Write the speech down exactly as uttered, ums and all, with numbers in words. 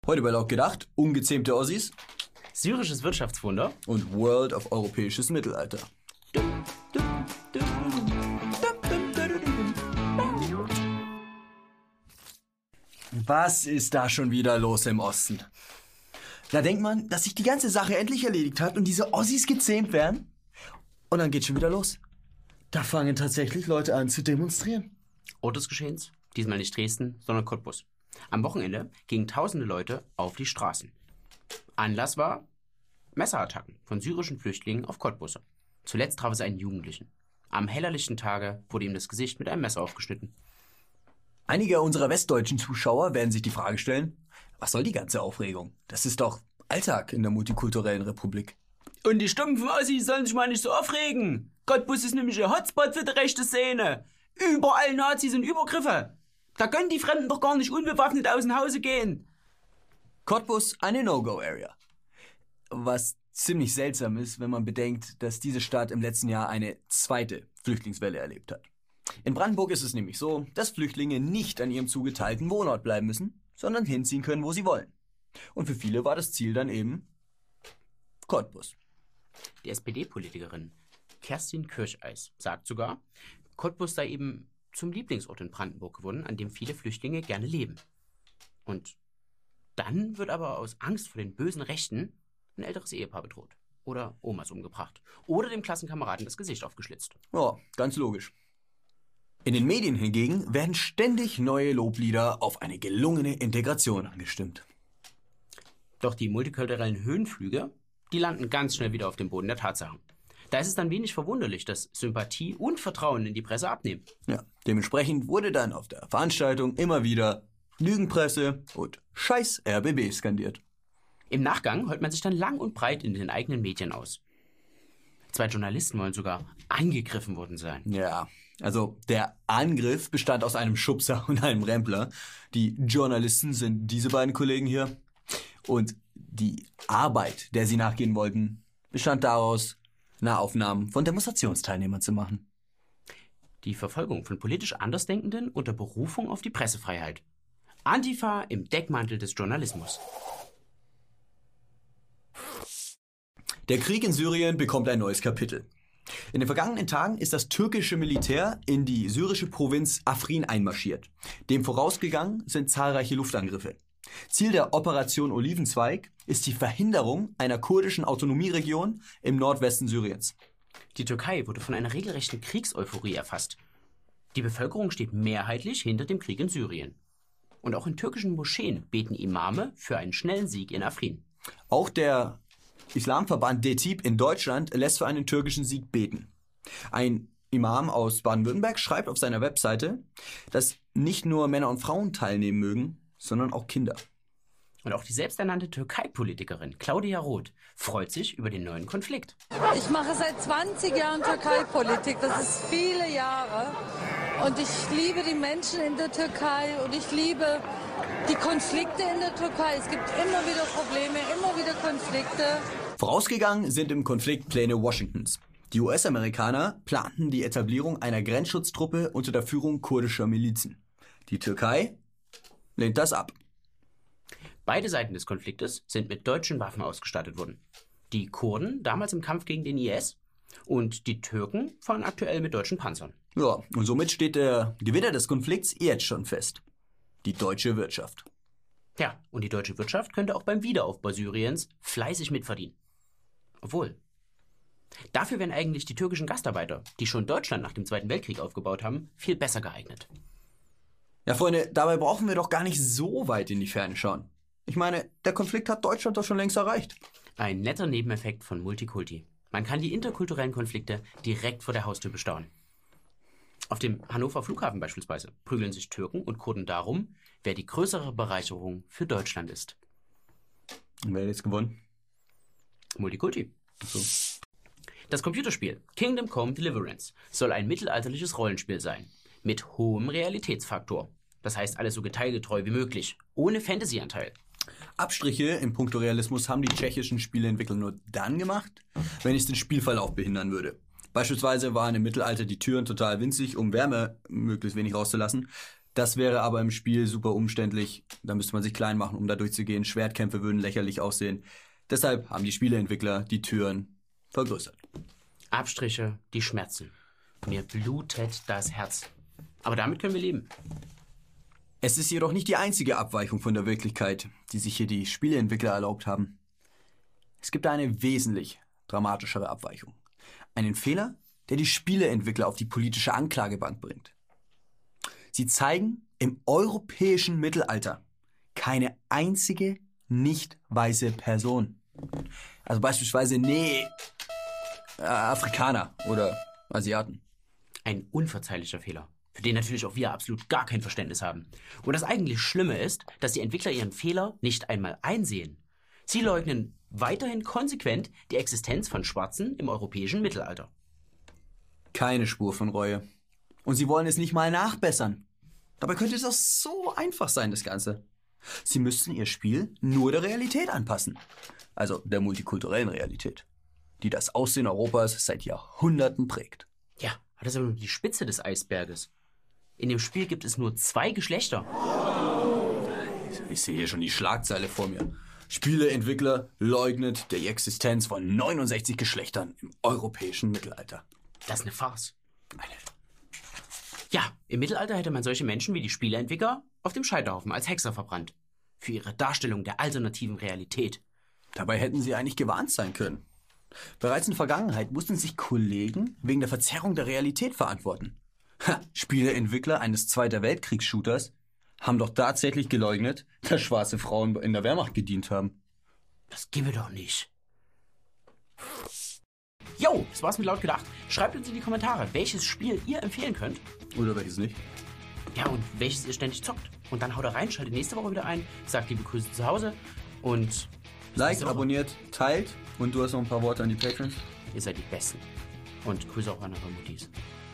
Heute bei Laut gedacht, ungezähmte Ossis Syrisches Wirtschaftswunder und World of europäisches Mittelalter. Was ist da schon wieder los im Osten? Da denkt man, dass sich die ganze Sache endlich erledigt hat und diese Ossis gezähmt werden. Und dann geht schon wieder los. Da fangen tatsächlich Leute an zu demonstrieren. Ort des Geschehens, diesmal nicht Dresden, sondern Cottbus. Am Wochenende gingen tausende Leute auf die Straßen. Anlass war Messerattacken von syrischen Flüchtlingen auf Cottbuser. Zuletzt traf es einen Jugendlichen. Am hellerlichten Tage wurde ihm das Gesicht mit einem Messer aufgeschnitten. Einige unserer westdeutschen Zuschauer werden sich die Frage stellen, was soll die ganze Aufregung? Das ist doch Alltag in der multikulturellen Republik. Und die stumpfen Ossis sollen sich mal nicht so aufregen. Cottbus ist nämlich ein Hotspot für die rechte Szene. Überall Nazis und Übergriffe. Da können die Fremden doch gar nicht unbewaffnet aus dem Hause gehen. Cottbus eine No-Go-Area. Was ziemlich seltsam ist, wenn man bedenkt, dass diese Stadt im letzten Jahr eine zweite Flüchtlingswelle erlebt hat. In Brandenburg ist es nämlich so, dass Flüchtlinge nicht an ihrem zugeteilten Wohnort bleiben müssen, sondern hinziehen können, wo sie wollen. Und für viele war das Ziel dann eben Cottbus. Die S P D-Politikerin Kerstin Kircheis sagt sogar, Cottbus sei eben zum Lieblingsort in Brandenburg geworden, an dem viele Flüchtlinge gerne leben. Und dann wird aber aus Angst vor den bösen Rechten ein älteres Ehepaar bedroht. Oder Omas umgebracht. Oder dem Klassenkameraden das Gesicht aufgeschlitzt. Ja, ganz logisch. In den Medien hingegen werden ständig neue Loblieder auf eine gelungene Integration angestimmt. Doch die multikulturellen Höhenflüge, die landen ganz schnell wieder auf dem Boden der Tatsachen. Da ist es dann wenig verwunderlich, dass Sympathie und Vertrauen in die Presse abnehmen. Ja, dementsprechend wurde dann auf der Veranstaltung immer wieder Lügenpresse und Scheiß R B B skandiert. Im Nachgang heult man sich dann lang und breit in den eigenen Medien aus. Zwei Journalisten wollen sogar angegriffen worden sein. Ja, also der Angriff bestand aus einem Schubser und einem Rempler. Die Journalisten sind diese beiden Kollegen hier. Und die Arbeit, der sie nachgehen wollten, bestand daraus, Nahaufnahmen von Demonstrationsteilnehmern zu machen. Die Verfolgung von politisch Andersdenkenden unter Berufung auf die Pressefreiheit. Antifa im Deckmantel des Journalismus. Der Krieg in Syrien bekommt ein neues Kapitel. In den vergangenen Tagen ist das türkische Militär in die syrische Provinz Afrin einmarschiert. Dem vorausgegangen sind zahlreiche Luftangriffe. Ziel der Operation Olivenzweig ist die Verhinderung einer kurdischen Autonomieregion im Nordwesten Syriens. Die Türkei wurde von einer regelrechten Kriegseuphorie erfasst. Die Bevölkerung steht mehrheitlich hinter dem Krieg in Syrien. Und auch in türkischen Moscheen beten Imame für einen schnellen Sieg in Afrin. Auch der Islamverband D T I B in Deutschland lässt für einen türkischen Sieg beten. Ein Imam aus Baden-Württemberg schreibt auf seiner Webseite, dass nicht nur Männer und Frauen teilnehmen mögen, sondern auch Kinder. Und auch die selbsternannte Türkei-Politikerin Claudia Roth freut sich über den neuen Konflikt. Ich mache seit zwanzig Jahren Türkei-Politik, das ist viele Jahre. Und ich liebe die Menschen in der Türkei und ich liebe die Konflikte in der Türkei. Es gibt immer wieder Probleme, immer wieder Konflikte. Vorausgegangen sind im Konflikt Pläne Washingtons. Die U S-Amerikaner planten die Etablierung einer Grenzschutztruppe unter der Führung kurdischer Milizen. Die Türkei lehnt das ab. Beide Seiten des Konfliktes sind mit deutschen Waffen ausgestattet worden. Die Kurden damals im Kampf gegen den I S und die Türken fahren aktuell mit deutschen Panzern. Ja, und somit steht der Gewinner des Konflikts jetzt schon fest. Die deutsche Wirtschaft. Ja, und die deutsche Wirtschaft könnte auch beim Wiederaufbau Syriens fleißig mitverdienen. Obwohl, dafür wären eigentlich die türkischen Gastarbeiter, die schon Deutschland nach dem Zweiten Weltkrieg aufgebaut haben, viel besser geeignet. Ja, Freunde, dabei brauchen wir doch gar nicht so weit in die Ferne schauen. Ich meine, der Konflikt hat Deutschland doch schon längst erreicht. Ein netter Nebeneffekt von Multikulti. Man kann die interkulturellen Konflikte direkt vor der Haustür bestaunen. Auf dem Hannover Flughafen beispielsweise prügeln sich Türken und Kurden darum, wer die größere Bereicherung für Deutschland ist. Und wer hat jetzt gewonnen? Multikulti. So. Das Computerspiel Kingdom Come Deliverance soll ein mittelalterliches Rollenspiel sein. Mit hohem Realitätsfaktor. Das heißt, alles so detailgetreu wie möglich. Ohne Fantasy-Anteil. Abstriche im Punkto Realismus haben die tschechischen Spieleentwickler nur dann gemacht, wenn es den Spielverlauf behindern würde. Beispielsweise waren im Mittelalter die Türen total winzig, um Wärme möglichst wenig rauszulassen. Das wäre aber im Spiel super umständlich. Da müsste man sich klein machen, um da durchzugehen. Schwertkämpfe würden lächerlich aussehen. Deshalb haben die Spieleentwickler die Türen vergrößert. Abstriche, die schmerzen. Mir blutet das Herz. Aber damit können wir leben. Es ist jedoch nicht die einzige Abweichung von der Wirklichkeit, die sich hier die Spieleentwickler erlaubt haben. Es gibt eine wesentlich dramatischere Abweichung. Einen Fehler, der die Spieleentwickler auf die politische Anklagebank bringt. Sie zeigen im europäischen Mittelalter keine einzige nicht weiße Person. Also beispielsweise, nee, äh, Afrikaner oder Asiaten. Ein unverzeihlicher Fehler, für den natürlich auch wir absolut gar kein Verständnis haben. Und das eigentlich Schlimme ist, dass die Entwickler ihren Fehler nicht einmal einsehen. Sie leugnen weiterhin konsequent die Existenz von Schwarzen im europäischen Mittelalter. Keine Spur von Reue. Und sie wollen es nicht mal nachbessern. Dabei könnte es doch so einfach sein, das Ganze. Sie müssten ihr Spiel nur der Realität anpassen. Also der multikulturellen Realität, die das Aussehen Europas seit Jahrhunderten prägt. Ja, das ist aber nur die Spitze des Eisberges. In dem Spiel gibt es nur zwei Geschlechter. Ich sehe hier schon die Schlagzeile vor mir. Spieleentwickler leugnet die Existenz von neunundsechzig Geschlechtern im europäischen Mittelalter. Das ist eine Farce. Eine Ja, im Mittelalter hätte man solche Menschen wie die Spieleentwickler auf dem Scheiterhaufen als Hexer verbrannt. Für ihre Darstellung der alternativen Realität. Dabei hätten sie eigentlich gewarnt sein können. Bereits in der Vergangenheit mussten sich Kollegen wegen der Verzerrung der Realität verantworten. Ha, Spieleentwickler eines Zweiter Weltkriegs-Shooters haben doch tatsächlich geleugnet, dass schwarze Frauen in der Wehrmacht gedient haben. Das gibbe doch nicht. Jo, das war's mit Laut gedacht. Schreibt uns in die Kommentare, welches Spiel ihr empfehlen könnt. Oder welches nicht. Ja, und welches ihr ständig zockt. Und dann haut da rein, schaltet nächste Woche wieder ein, sagt liebe Grüße zu Hause und... Liked, abonniert, teilt und du hast noch ein paar Worte an die Patrons. Ihr seid die Besten. Und Grüße auch an eure Muttis.